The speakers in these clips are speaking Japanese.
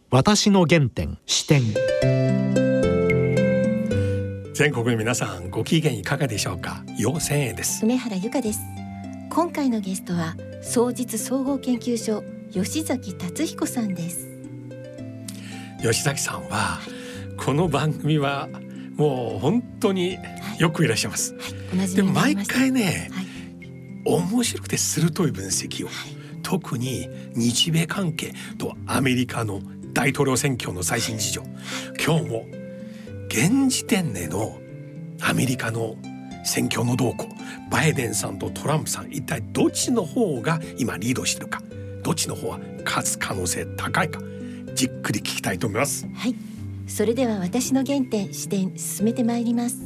私の原点視点。 全国の皆さん、ご機嫌いかがでしょうか。陽千円です。 梅原由香です。今回のゲストは双日総合研究所吉崎達彦さんです。 吉崎さんは、この番組はもう本当によくいらっしゃいます、でも毎回ね、面白くて鋭い分析を、特に日米関係とアメリカの大統領選挙の最新事情、今日も現時点でのアメリカの選挙の動向、バイデンさんとトランプさん、一体どっちの方が今リードしているか、どっちの方は勝つ可能性高いか、じっくり聞きたいと思います。 はい、それでは私の原点視点進めてまいります。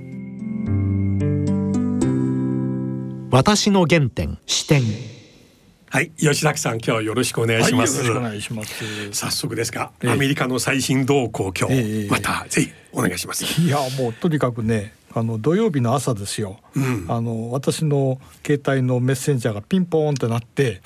私の原点視点。 はい、吉崎さん、今日はよろしくお願いします。 よろしくお願いします。 早速ですが、アメリカの最新動向、今日、またぜひお願いします。 いや、もうとにかくね、土曜日の朝ですよ、私の携帯のメッセンジャーがピンポーンってなって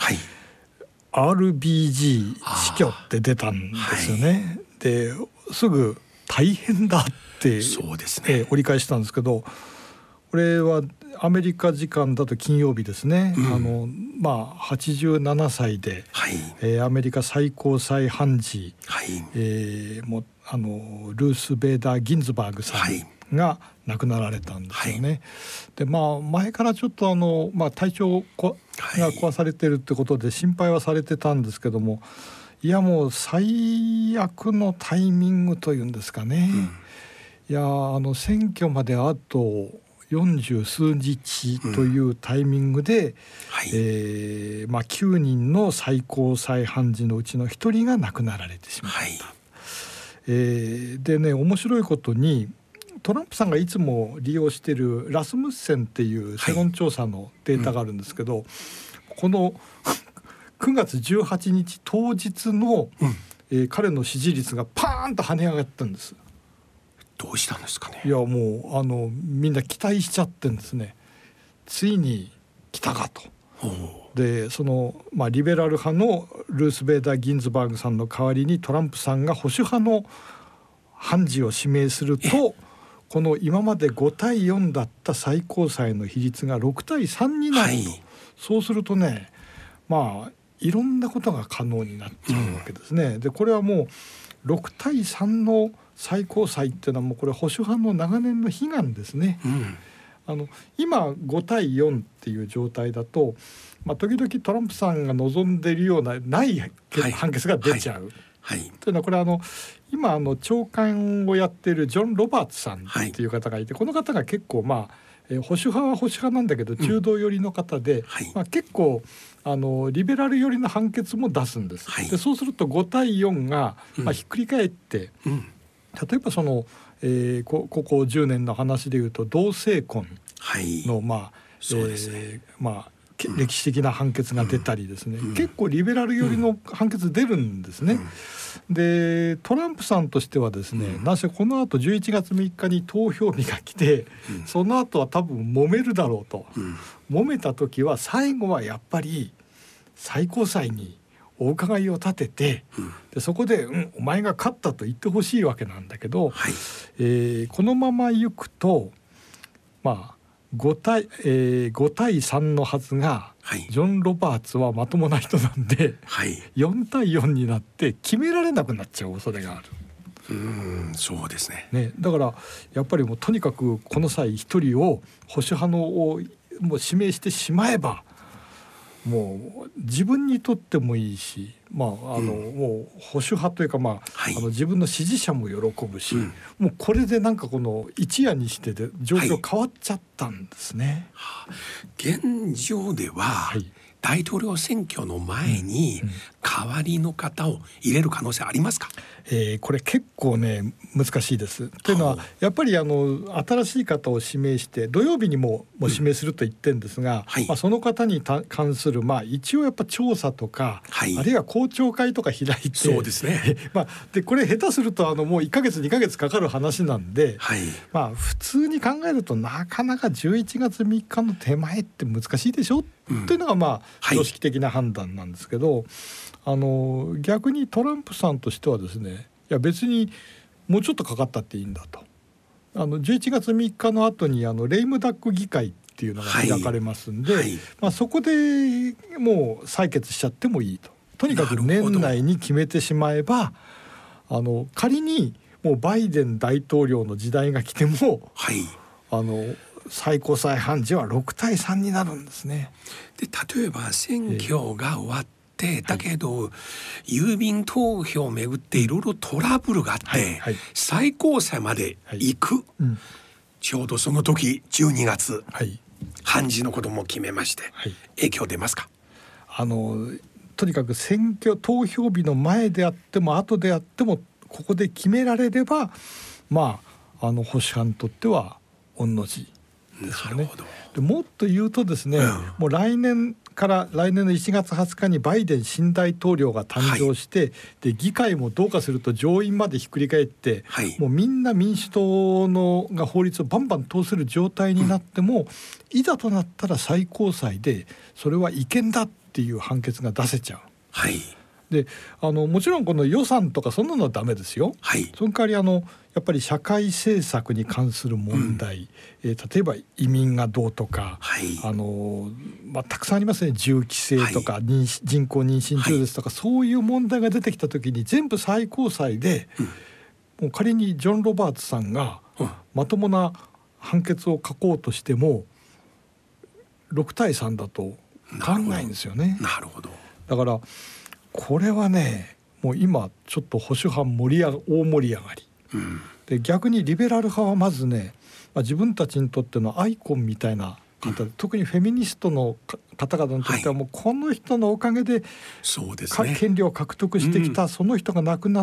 、RBG 死去って出たんですよね、ですぐ大変だってそうですね、 折り返したんですけど、これはアメリカ時間だと金曜日ですね、87歳で、アメリカ最高裁判事、もうルース・ベーダー・ギンズバーグさんが亡くなられたんですよね。で、前からちょっと体調が壊されてるってことで心配はされてたんですけども、いや、もう最悪のタイミングというんですかね、いや、選挙まであと40数日というタイミングで、9人の最高裁判事のうちの1人が亡くなられてしまった、でね、面白いことにトランプさんがいつも利用しているラスムッセンっていう世論調査のデータがあるんですけど、この9月18日当日の、彼の支持率がパーンと跳ね上がったんです。 どうしたんですかね。 いや、もうみんな期待しちゃってるんですね。ついに来たかと。で、その、リベラル派のルース・ベーダー・ギンズバーグさんの代わりにトランプさんが保守派の判事を指名すると、この今まで5対4だった最高裁の比率が6対3になると、そうするとね、いろんなことが可能になっちゃうわけですね。で、これはもう6対3の最高裁っていうのはもうこれ保守派の長年の悲願ですね、今5対4っていう状態だと、時々トランプさんが望んでいるようなない判決が出ちゃう、というのはこれ今長官をやっているジョン・ロバーツさんっていう方がいて、この方が結構保守派は保守派なんだけど中道寄りの方で、結構リベラル寄りの判決も出すんです、でそうすると5対4がひっくり返って、例えばここ10年の話でいうと同性婚の歴史的な判決が出たりですね、結構リベラル寄りの判決出るんですね、でトランプさんとしてはですね、なぜこの後11月3日に投票日が来て、その後は多分揉めるだろうと、揉めた時は最後はやっぱり最高裁にお伺いを立てて、でそこで、お前が勝ったと言ってほしいわけなんだけど、このまま行くと、5対3のはずが、ジョン・ロバーツはまともな人なんで、4対4になって決められなくなっちゃう恐れがある。 そうですね。 だからやっぱりもうとにかくこの際一人を保守派のをもう指名してしまえば、もう自分にとってもいいし、もう保守派というか、自分の支持者も喜ぶし、もうこれでなんかこの一夜にしてで状況変わっちゃったんですね。 現状では、大統領選挙の前に代わりの方を入れる可能性ありますか？ これ結構ね難しいです。というのはやっぱり新しい方を指名して土曜日にも指名すると言ってるんですが、その方に関する一応やっぱ調査とか、あるいは公聴会とか開いて、 そうですねでこれ下手するともう1ヶ月2ヶ月かかる話なんで、普通に考えるとなかなか11月3日の手前って難しいでしょ、というのが常識的な判断なんですけど、 逆にトランプさんとしてはですね、いや別にもうちょっとかかったっていいんだと。11月3日の後にレイムダック議会っていうのが開かれますんで、そこでもう採決しちゃってもいいと。とにかく年内に決めてしまえば、仮にもうバイデン大統領の時代が来ても、最高裁判事は6対3になるんですね。 で例えば選挙が終わって、だけど郵便投票をめぐっていろいろトラブルがあって、最高裁まで行く、ちょうどその時12月、判事のことも決めまして、影響出ますか？ とにかく選挙投票日の前であっても後であってもここで決められれば、保守派にとっては御の字ですよね。でもっと言うとですね、もう来年の1月20日にバイデン新大統領が誕生して、で議会もどうかすると上院までひっくり返って、もうみんな民主党が法律をバンバン通せる状態になっても、いざとなったら最高裁でそれは違憲だっていう判決が出せちゃう。でもちろんこの予算とかそんなのはダメですよ。その代わりやっぱり社会政策に関する問題、例えば移民がどうとか、たくさんありますね。銃規制とか、人工妊娠中絶とか、そういう問題が出てきた時に全部最高裁で、もう仮にジョン・ロバーツさんがまともな判決を書こうとしても6対3だと変わらないんですよね。 なるほど。 だからこれはね、もう今ちょっと保守派大盛り上がり、で逆にリベラル派はまずね、自分たちにとってのアイコンみたいな方で、特にフェミニストの方々にとってはもうこの人のおかげで、権利を獲得してきたその人が亡くなって、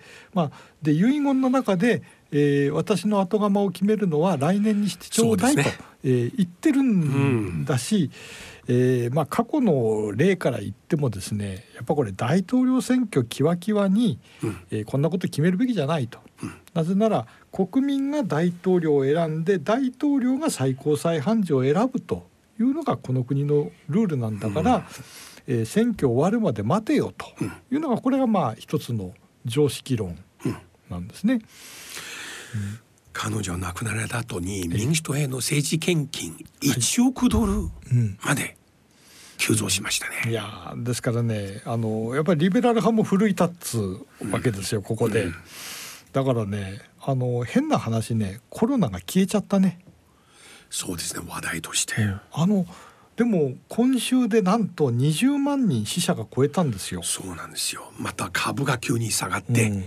で遺言の中で、私の後釜を決めるのは来年にしてちょうだいと、言ってるんだし、過去の例から言ってもですね、やっぱこれ大統領選挙キワキワに、こんなこと決めるべきじゃないと。なぜなら国民が大統領を選んで大統領が最高裁判事を選ぶというのがこの国のルールなんだから、選挙終わるまで待てよというのが、これが一つの常識論なんですね。 彼女は亡くなられた後に民主党への政治献金1億ドルまで急増しましたね。 いやですからね、やっぱりリベラル派も奮い立つわけですよ、ここで。だからね、変な話ね、コロナが消えちゃったね。 そうですね、話題として。 でも今週でなんと20万人死者が超えたんですよ。 そうなんですよ。また株が急に下がって、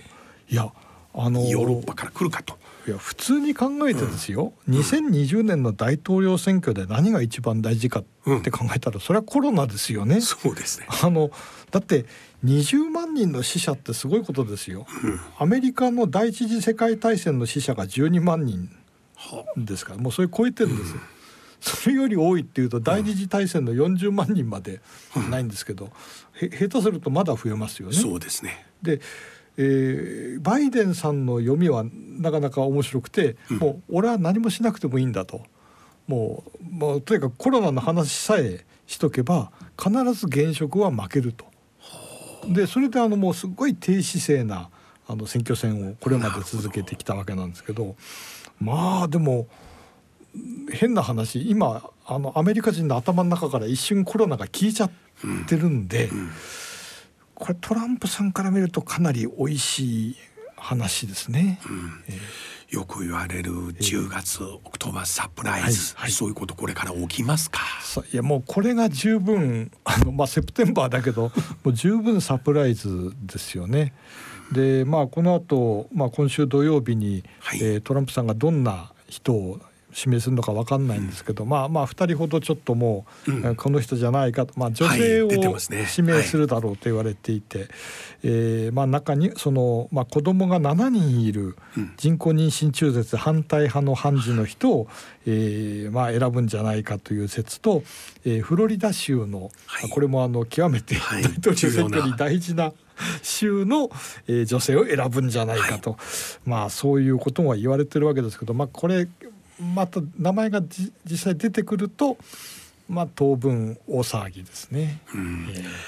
いやヨーロッパから来るかと。 いや普通に考えてですよ、2020年の大統領選挙で何が一番大事かって考えたら、それはコロナですよね。 そうですね。 だって20万人の死者ってすごいことですよ。アメリカの第一次世界大戦の死者が12万人ですから、もうそれ超えてるんですよ。それより多いっていうと第二次大戦の40万人までないんですけど、下手するとまだ増えますよね。 そうですね。 でバイデンさんの読みはなかなか面白くて、もう俺は何もしなくてもいいんだと、もうとにかくコロナの話さえしとけば必ず現職は負けると。でそれでもうすごい低姿勢な選挙戦をこれまで続けてきたわけなんですけど、でも変な話、今アメリカ人の頭の中から一瞬コロナが消えちゃってるんで、これトランプさんから見るとかなりおいしい話ですね。 よく言われる10月オクトーバーサプライズ、そういうことこれから起きますか？ いやもうこれが十分セプテンバーだけどもう十分サプライズですよね。でこの後、今週土曜日に、トランプさんがどんな人を指名するのか分かんないんですけど、2人ほどちょっともう、この人じゃないかと、女性を指名するだろうと言われていて、中にその、子供が7人いる人工妊娠中絶反対派の判事の人を、選ぶんじゃないかという説と、フロリダ州の、これも極めて大統領選挙に大事な州の、女性を選ぶんじゃないかと、そういうことが言われてるわけですけど、これまた名前が実際出てくると、当分大騒ぎですね。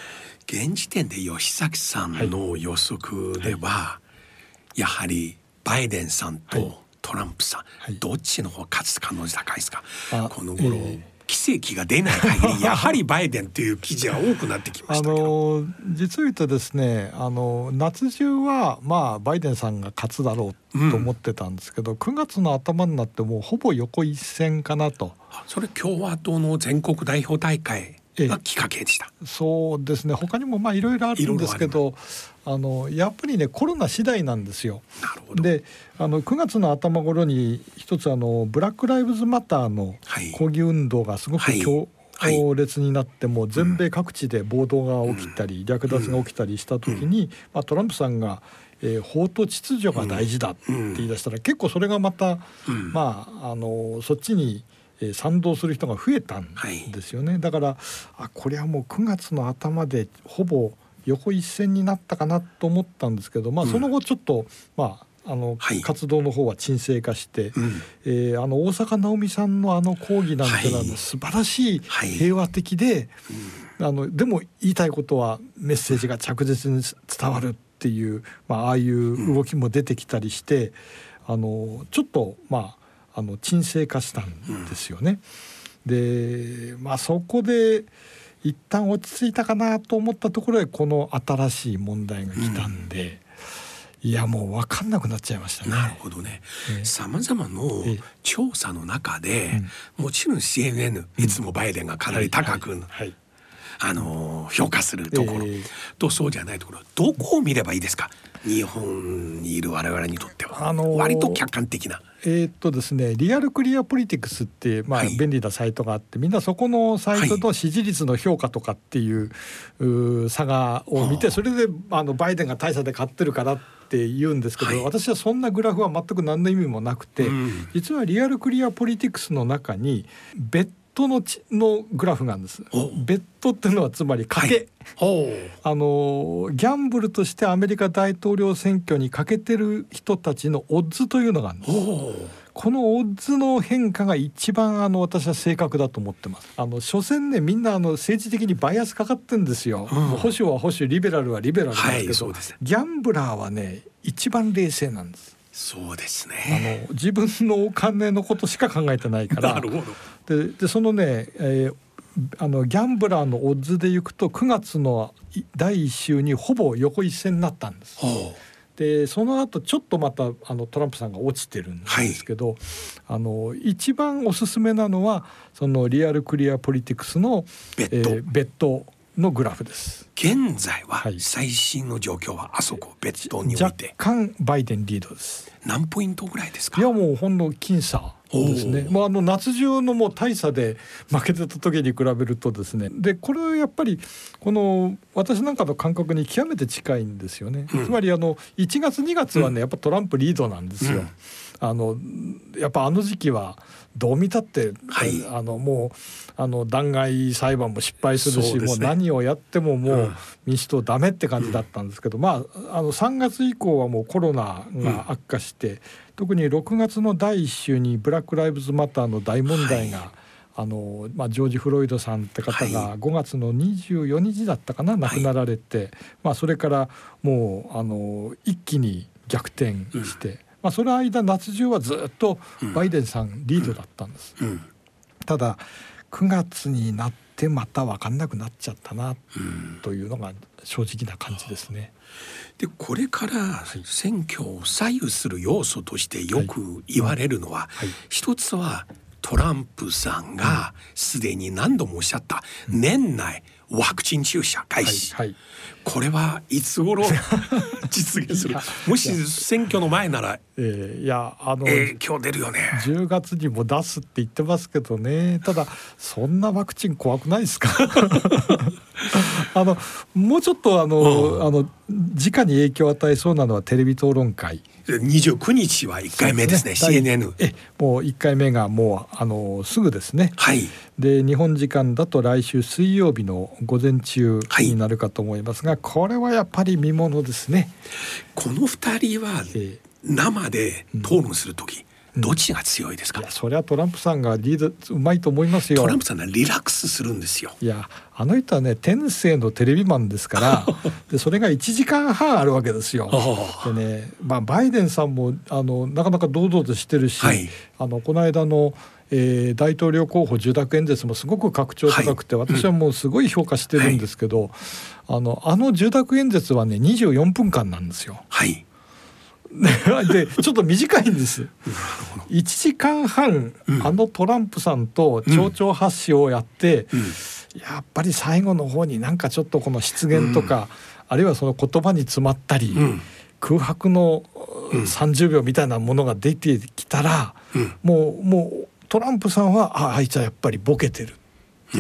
現時点で吉崎さんの予測では、やはりバイデンさんとトランプさん、どっちの方が勝つ可能性高いですか？この頃、奇跡が出ない限りやはりバイデンという記事が多くなってきましたけど実を言うとですね、夏中はバイデンさんが勝つだろうと思ってたんですけど、9月の頭になってもうほぼ横一線かなと。 それ共和党の全国代表大会がきっかけでした。 そうですね、他にもいろいろあるんですけど、やっぱりねコロナ次第なんですよ。 なるほど。 で9月の頭頃に一つブラック・ライブズ・マターの抗議運動がすごく強烈になって、もう全米各地で暴動が起きたり、略奪が起きたりした時に、トランプさんが法と秩序が大事だって言い出したら、結構それがまた、そっちに賛同する人が増えたんですよね。だからこれはもう9月の頭でほぼ横一線になったかなと思ったんですけど、その後ちょっと活動の方は沈静化して、大坂なおみさんの講義なんてのは素晴らしい平和的で、でも言いたいことはメッセージが着実に伝わるっていう、ああいう動きも出てきたりして、ちょっと沈静化したんですよね。で、そこで一旦落ち着いたかなと思ったところでこの新しい問題が来たんで、いやもう分かんなくなっちゃいましたね。 なるほどね。さまざまの調査の中で、もちろん CNN いつもバイデンがかなり高く、評価するところとそうじゃないところ、どこを見ればいいですか？日本にいる我々にとっては割と客観的な。 ですね、リアルクリアポリティクスって便利なサイトがあって、みんなそこのサイトの支持率の評価とかっていう差がを見て、それでバイデンが大差で勝ってるからって言うんですけど、私はそんなグラフは全く何の意味もなくて、実はリアルクリアポリティクスの中に別途のグラフがあるんです。別途っていうのはつまり賭け、ギャンブルとしてアメリカ大統領選挙にかけてる人たちのオッズというのがあるんです。このオッズの変化が一番私は正確だと思ってます。所詮ね、みんな政治的にバイアスかかってるんですよ。保守は保守、リベラルはリベラルなんですけど、ギャンブラーはね一番冷静なんです。 そうですね。 自分のお金のことしか考えてないからなるほど。 でそのね、ギャンブラーのオッズでいくと9月の第1週にほぼ横一線になったんです。でその後ちょっとまたトランプさんが落ちてるんですけど、一番おすすめなのはそのリアルクリアポリティクスの別途のグラフです。 現在は最新の状況はあそこ別途において若干バイデンリードです。 何ポイントぐらいですか？ いやもうほんの僅差ですね。夏中のもう大差で負けてた時に比べるとですね、でこれはやっぱりこの私なんかの感覚に極めて近いんですよね。つまり1月2月はねやっぱトランプリードなんですよ。やっぱ時期はどう見たって、もう弾劾裁判も失敗するし、もう何をやってももう民主党ダメって感じだったんですけど、3月以降はもうコロナが悪化して、特に6月の第1週にブラック・ライブズ・マターの大問題が、ジョージ・フロイドさんって方が5月の24日だったかな、亡くなられて、それからもう一気に逆転して、その間夏中はずっとバイデンさんリードだったんです。ただ9月になってまた分かんなくなっちゃったなというのが正直な感じですね。 でこれから選挙を左右する要素としてよく言われるのは、一つはトランプさんがすでに何度もおっしゃった年内ワクチン注射開始、これはいつ頃実現する？もし選挙の前なら影響出るよね。 10月にも出すって言ってますけどね。ただそんなワクチン怖くないですか？もうちょっと直に影響を与えそうなのはテレビ討論会。 29日は1回目ですね。CNN もう1回目がもうすぐですね。で日本時間だと来週水曜日の午前中になるかと思いますが、これはやっぱり見ものですね。 この2人は生で討論するとき、 どっちが強いですか？ いや、そりゃトランプさんがリードうまいと思いますよ。 トランプさんはリラックスするんですよ。 いや、あの人はね、天性のテレビマンですからでそれが1時間半あるわけですよ。でね、バイデンさんもなかなか堂々としてるし、はい、この間の大統領候補受諾演説もすごく格調高くて、はい、私はもうすごい評価してるんですけど、はい、受諾演説はね24分間なんですよ。はいでちょっと短いんです1時間半、トランプさんと丁々発止をやって、やっぱり最後の方になんかちょっとこの失言とか、あるいはその言葉に詰まったり、空白の30秒みたいなものが出てきたら、もうトランプさんはあいつはやっぱりボケてるっていう、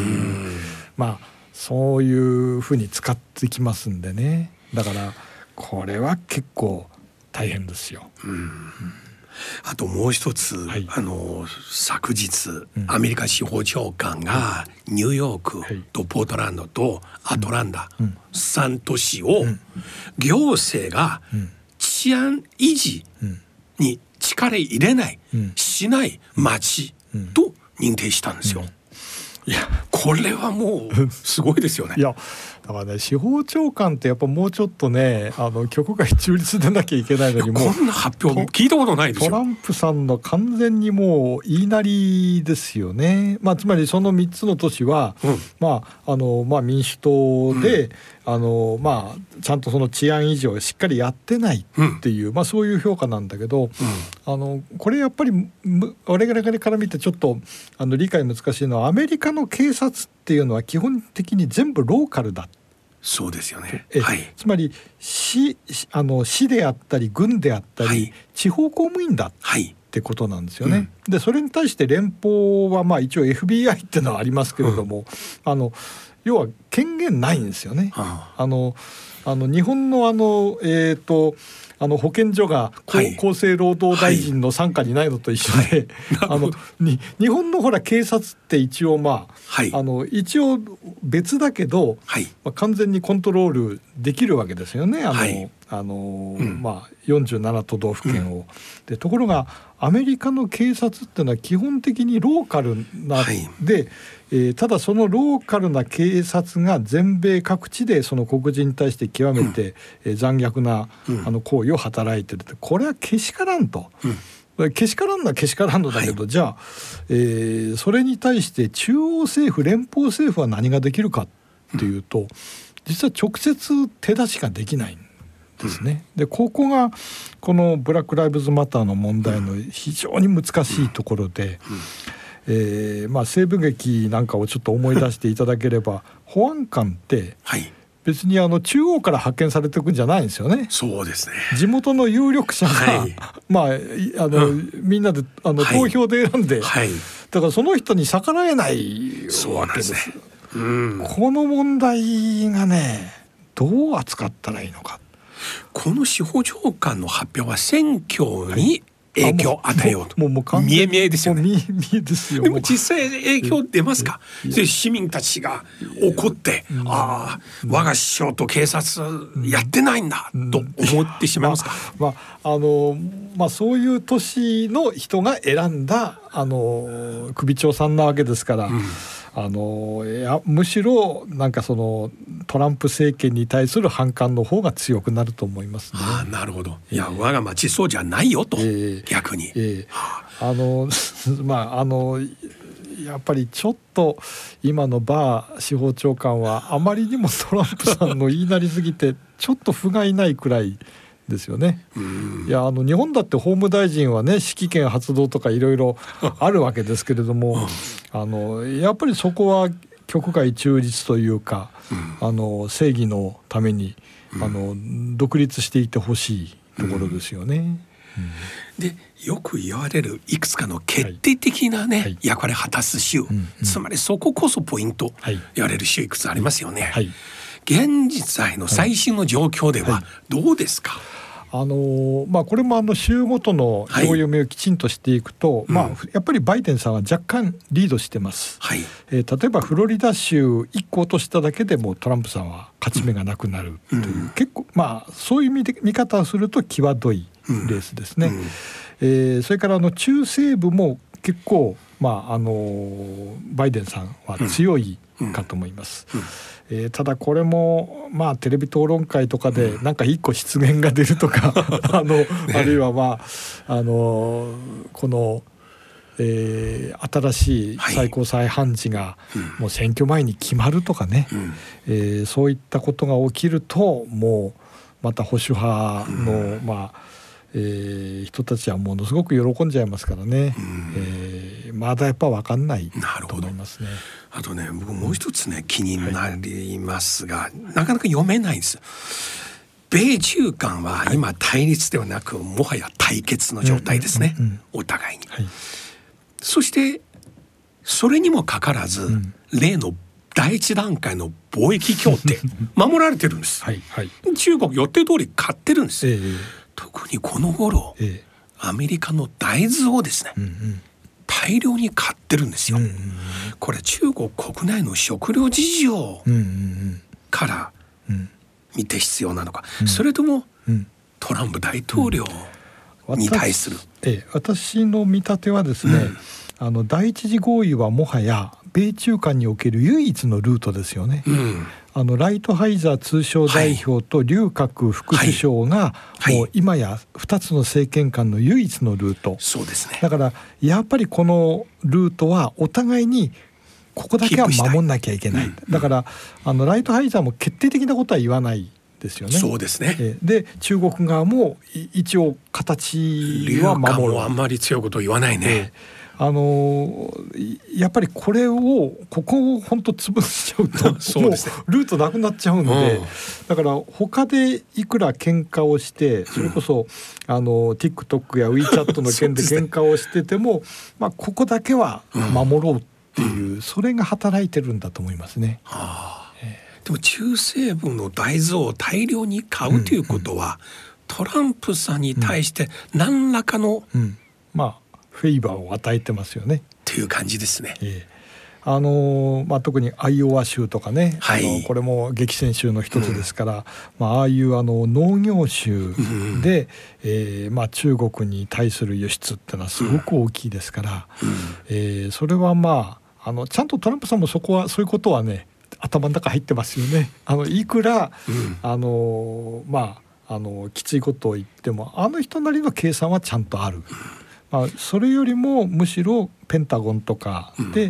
そういうふうに使ってきますんでね。だからこれは結構大変ですよ。 あともう一つ、はい、昨日、アメリカ司法長官がニューヨークとポートランドとアトランダ、3都市を行政が治安維持に力入れない、しない町と認定したんですよ。いや、これはもうすごいですよね。 いや、だからね、司法長官ってやっぱもうちょっとね、局外中立でなきゃいけないのに、もうこんな発表聞いたことないですよ。 トランプさんの完全にもう言いなりですよね。つまりその3つの都市は、民主党で、ちゃんとその治安維持をしっかりやってないっていう、そういう評価なんだけど、これやっぱり我々から見てちょっと理解難しいのは、アメリカの警察っていうのは基本的に全部ローカルだ。 そうですよね。 つまり市であったり郡であったり、地方公務員だってことなんですよね。でそれに対して連邦は一応 FBI っていうのはありますけれども、要は権限ないんですよね。日本の保健所が厚生労働大臣の傘下にないのと一緒で、日本のほら警察って一応一応別だけど、完全にコントロールできるわけですよね。47都道府県を、でところがアメリカの警察っていうのは基本的にローカルなで、ただそのローカルな警察が全米各地でその黒人に対して極めて、残虐な行為を働いてるって、これはけしからんと、けしからんのはけしからんのだけど、じゃあ、それに対して中央政府連邦政府は何ができるかっていうと、実は直接手出しができないんですね。でここがこのブラック・ライブズ・マターの問題の非常に難しいところで、西部劇なんかをちょっと思い出していただければ、保安官って別に中央から派遣されていくんじゃないんですよね。 そうですね。 地元の有力者が、みんなで投票で選んで、だからその人に逆らえないわけです。この問題がね、どう扱ったらいいのか。 この司法長官の発表は選挙に影響を与えようと、見え見えですよね。 見え見えですよ。 でも実際影響出ますか？で市民たちが怒って、我が首相と警察やってないんだと思ってしまいますか？ そういう都市の人が選んだ首長さんなわけですから、むしろなんかそのトランプ政権に対する反感の方が強くなると思いますね。 なるほど。いや、我が町そうじゃないよと、逆に、 やっぱりちょっと今のバー司法長官はあまりにもトランプさんの言いなりすぎてちょっと不甲斐ないくらいですよね。いや、日本だって法務大臣はね、指揮権発動とかいろいろあるわけですけれども、やっぱりそこは局外中立というか、正義のために独立していてほしいところですよね。 でよく言われるいくつかの決定的な役割を果たす州、つまりそここそポイント言われる州いくつありますよね。現実の最新の状況ではどうですか？ これも州ごとの票読みをきちんとしていくと、やっぱりバイデンさんは若干リードしてます。例えばフロリダ州1個落としただけでもトランプさんは勝ち目がなくなるという、結構そういう見方をすると際どいレースですね。それから中西部も結構、バイデンさんは強いかと思います。ただこれもテレビ討論会とかでなんか一個失言が出るとかあるいはこの新しい最高裁判事がもう選挙前に決まるとかね、そういったことが起きるともうまた保守派の人たちはものすごく喜んじゃいますからね、まだやっぱ分かんないと思いますね。 あとね、僕もう一つね気になりますが、なかなか読めないんです。米中間は今対立ではなく、もはや対決の状態ですね、お互いに。そしてそれにもかかわらず、例の第一段階の貿易協定守られてるんです。中国予定通り買ってるんです。特にこの頃、アメリカの大豆をですね、大量に買ってるんですよ。これ中国国内の食料事情から見て必要なのか、それともトランプ大統領に対する、 私の見立てはですね、第一次合意はもはや米中間における唯一のルートですよね。ライトハイザー通商代表と劉鶴副首相がもう今や2つの政権間の唯一のルート。 そうですね。 だからやっぱりこのルートはお互いにここだけは守んなきゃいけない。だからライトハイザーも決定的なことは言わないですよね。 そうですね。 で中国側も一応形は守る。 劉鶴もあんまり強いことを言わないね。 やっぱりここを本当潰しちゃうともうルートなくなっちゃうんで、だから他でいくら喧嘩をしてそれこそTikTok や WeChat の件で喧嘩をしててもここだけは守ろうっていうそれが働いてるんだと思いますね。 でも中西部の大豆を大量に買うということは、トランプさんに対して何らかのフェイバーを与えてますよねっていう感じですね。 特にアイオワ州とかね、これも激戦州の一つですから、ああいう農業州で、中国に対する輸出ってのはすごく大きいですから、それはちゃんとトランプさんもそういうことはね頭の中入ってますよね。いくら、きついことを言っても人なりの計算はちゃんとある。それよりもむしろペンタゴンとかで、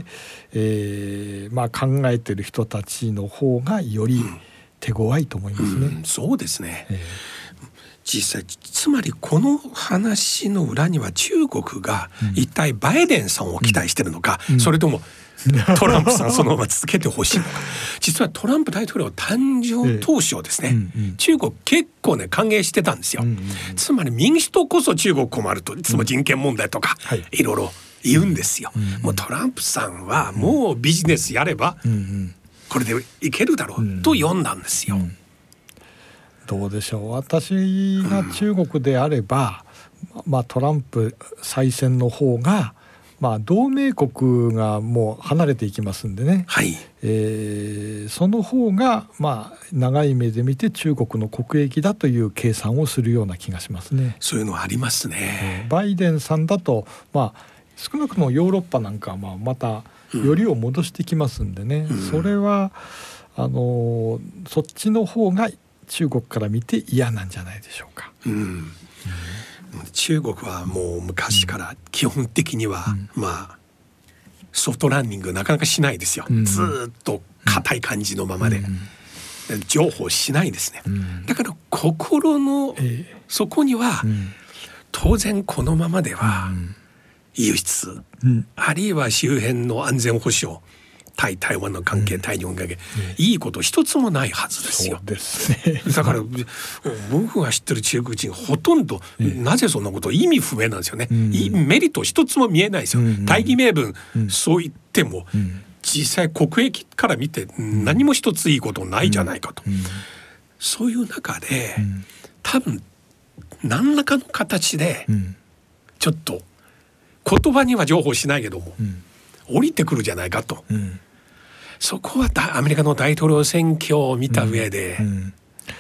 考えてる人たちの方がより手強いと思いますね。 そうですね。実際つまりこの話の裏には中国が一体バイデンさんを期待してるのか、それともトランプさんそのまま続けてほしいのか。実はトランプ大統領誕生当初ですね、中国結構ね歓迎してたんですよ。つまり民主党こそ中国困るといつも人権問題とかいろいろ言うんですよ。もうトランプさんはもうビジネスやればこれでいけるだろうと読んだんですよ。 どうでしょう。私が中国であれば、トランプ再選の方が同盟国がもう離れていきますんでね、その方が長い目で見て中国の国益だという計算をするような気がしますね。 そういうのはありますね。 バイデンさんだと少なくともヨーロッパなんかはまたよりを戻してきますんでね、それはそっちの方が中国から見て嫌なんじゃないでしょうか。 中国はもう昔から基本的には、ソフトランニングなかなかしないですよ。ずっと硬い感じのままで、譲歩しないですね。だから心のそこには、当然このままでは輸出、あるいは周辺の安全保障、対台湾の関係、対日本関係、いいこと一つもないはずですよ。 そうですね。 だから僕が知ってる中国人ほとんど、なぜそんなこと意味不明なんですよね。メリット一つも見えないですよ。大義名分、そう言っても、実際国益から見て何も一ついいことないじゃないかと、そういう中で、多分何らかの形で、ちょっと言葉には譲歩しないけども、降りてくるじゃないかと、そこはアメリカの大統領選挙を見た上で、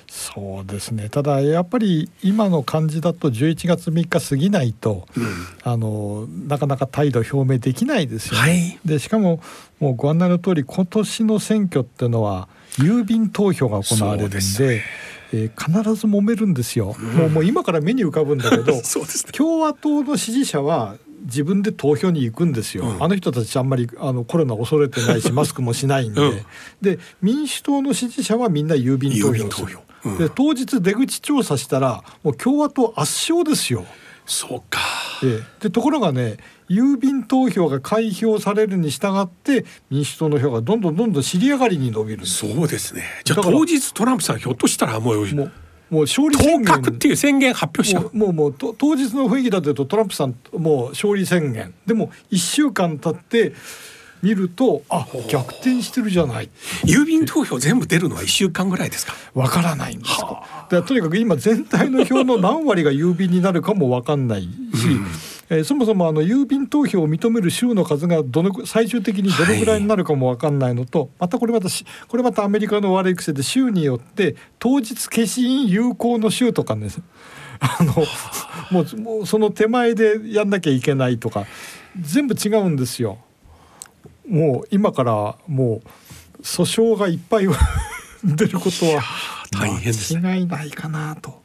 そうですね。ただやっぱり今の感じだと11月3日過ぎないと、なかなか態度表明できないですよね。はい、でしかももうご案内の通り今年の選挙っていうのは郵便投票が行われるんで、必ず揉めるんですよ。もう今から目に浮かぶんだけどそうですね、共和党の支持者は自分で投票に行くんですよ。あの人たちあんまりコロナ恐れてないしマスクもしないんで、で民主党の支持者はみんな郵便投票する。で当日出口調査したらもう共和党圧勝ですよ。 そうか。 でところがね、郵便投票が開票されるに従って民主党の票がどんどん尻上がりに伸びる。 そうですね。じゃあ当日トランプさんひょっとしたらもう勝利宣言、 当確っていう宣言発表しちゃう。 もう当日の雰囲気だとトランプさんもう勝利宣言でも1週間経って見ると逆転してるじゃない。 郵便投票全部出るのは1週間ぐらいですか。 わからないんですよ。とにかく今全体の票の何割が郵便になるかもわかんないし、そもそも郵便投票を認める州の数が最終的にどのぐらいになるかもわかんないのと、またこれまたアメリカの悪い癖で州によって当日消印有効の州とかねもうその手前でやんなきゃいけないとか全部違うんですよ。もう今からもう訴訟がいっぱい出ることは大変ですね。 間違いないかなと、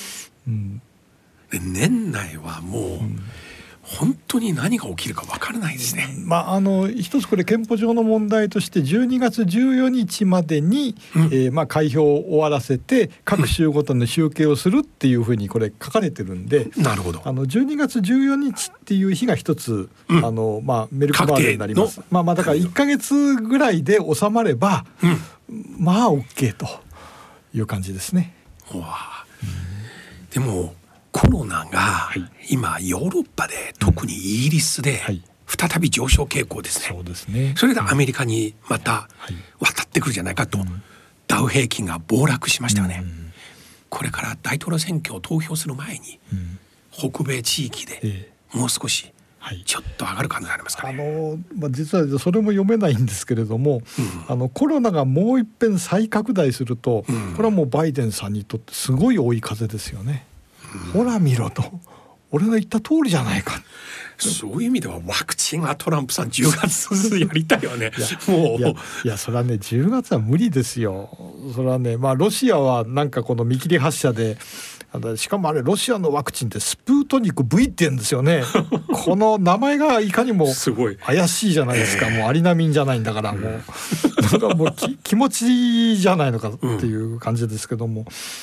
で年内はもう、本当に何が起きるか分からないですね。 一つこれ憲法上の問題として12月14日までに、開票を終わらせて各州ごとの集計をするっていうふうにこれ書かれてるんで、 なるほど。 12月14日っていう日が一つ、メルクバードになります。だから1ヶ月ぐらいで収まれば、OK という感じですね。 でもコロナが今ヨーロッパで特にイギリスで再び上昇傾向ですね。 そうですね。 それでアメリカにまた渡ってくるじゃないかと、ダウ平均が暴落しましたよね。これから大統領選挙を投票する前に、北米地域でもう少しちょっと上がる可能性ありますかね。 実はそれも読めないんですけれども、コロナがもう一遍再拡大すると、これはもうバイデンさんにとってすごい追い風ですよね。ほら見ろと、俺の言った通りじゃないか。 そういう意味ではワクチンはトランプさん10月やりたいよね。 いやそれはね10月は無理ですよ。それはね、ロシアはなんかこの見切り発射で、しかもあれロシアのワクチンってスプートニク V って言うんですよね。この名前がいかにも怪しいじゃないですか。もうアリナミンじゃないんだから、もうなんかもう気持ちじゃないのかっていう感じですけども、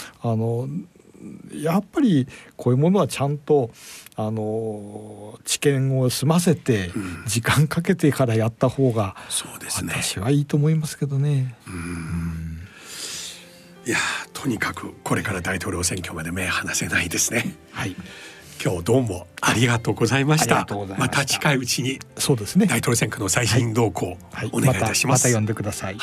やっぱりこういうものはちゃんと知見を済ませて時間かけてからやった方が、私はいいと思いますけどね。 いやとにかくこれから大統領選挙まで目離せないですね。今日どうもありがとうございました。また近いうちに大統領選挙の最新動向お願いいたします。 また呼んでください。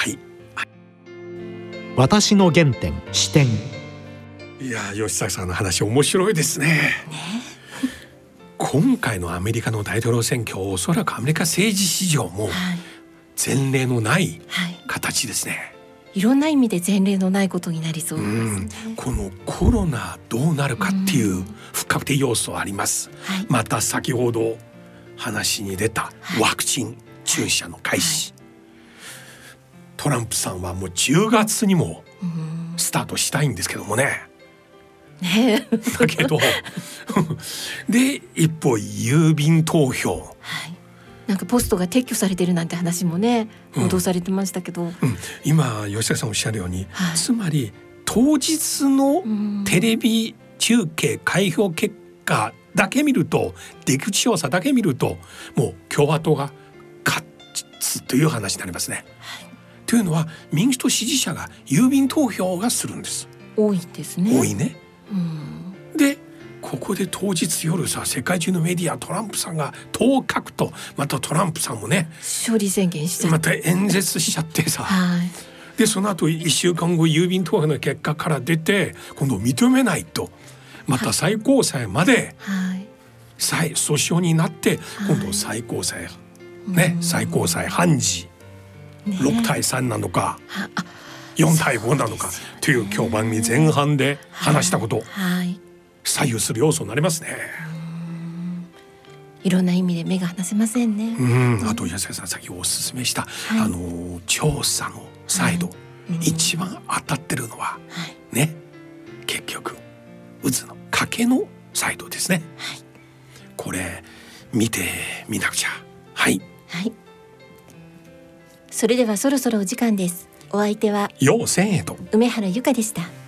私の原点視点。 いや吉崎さんの話面白いですね。今回のアメリカの大統領選挙、おそらくアメリカ政治史上も前例のない形ですね。 いろんな意味で前例のないことになりそうですね。 このコロナどうなるかっていう不確定要素あります。また先ほど話に出たワクチン注射の開始、トランプさんはもう10月にもスタートしたいんですけどもね。だけどで一方郵便投票、 なんかポストが撤去されてるなんて話もね報道されてましたけど、 今吉崎さんおっしゃるように、つまり当日のテレビ中継開票結果だけ見ると、出口調査だけ見るともう共和党が勝つという話になりますね。というのは民主党支持者が郵便投票がするんです。 多いですね。 多いね。でここで当日夜世界中のメディアトランプさんが当確と、またトランプさんもね勝利宣言しちゃって、 また演説しちゃってでその後1週間後郵便投票の結果から出て今度認めないと、また最高裁まで訴訟になって、今度最高裁最高裁判事6対3なのか。 4対5なのかという今日番組前半で話したこと、左右する要素になりますね。 いろんな意味で目が離せませんね。 あと安谷さん先おすすめした、調査のサイド、一番当たってるのは、ね、結局渦の賭けのサイドですね。これ見てみなくちゃ。 それではそろそろお時間です。お相手は陽千恵と梅原由香でした。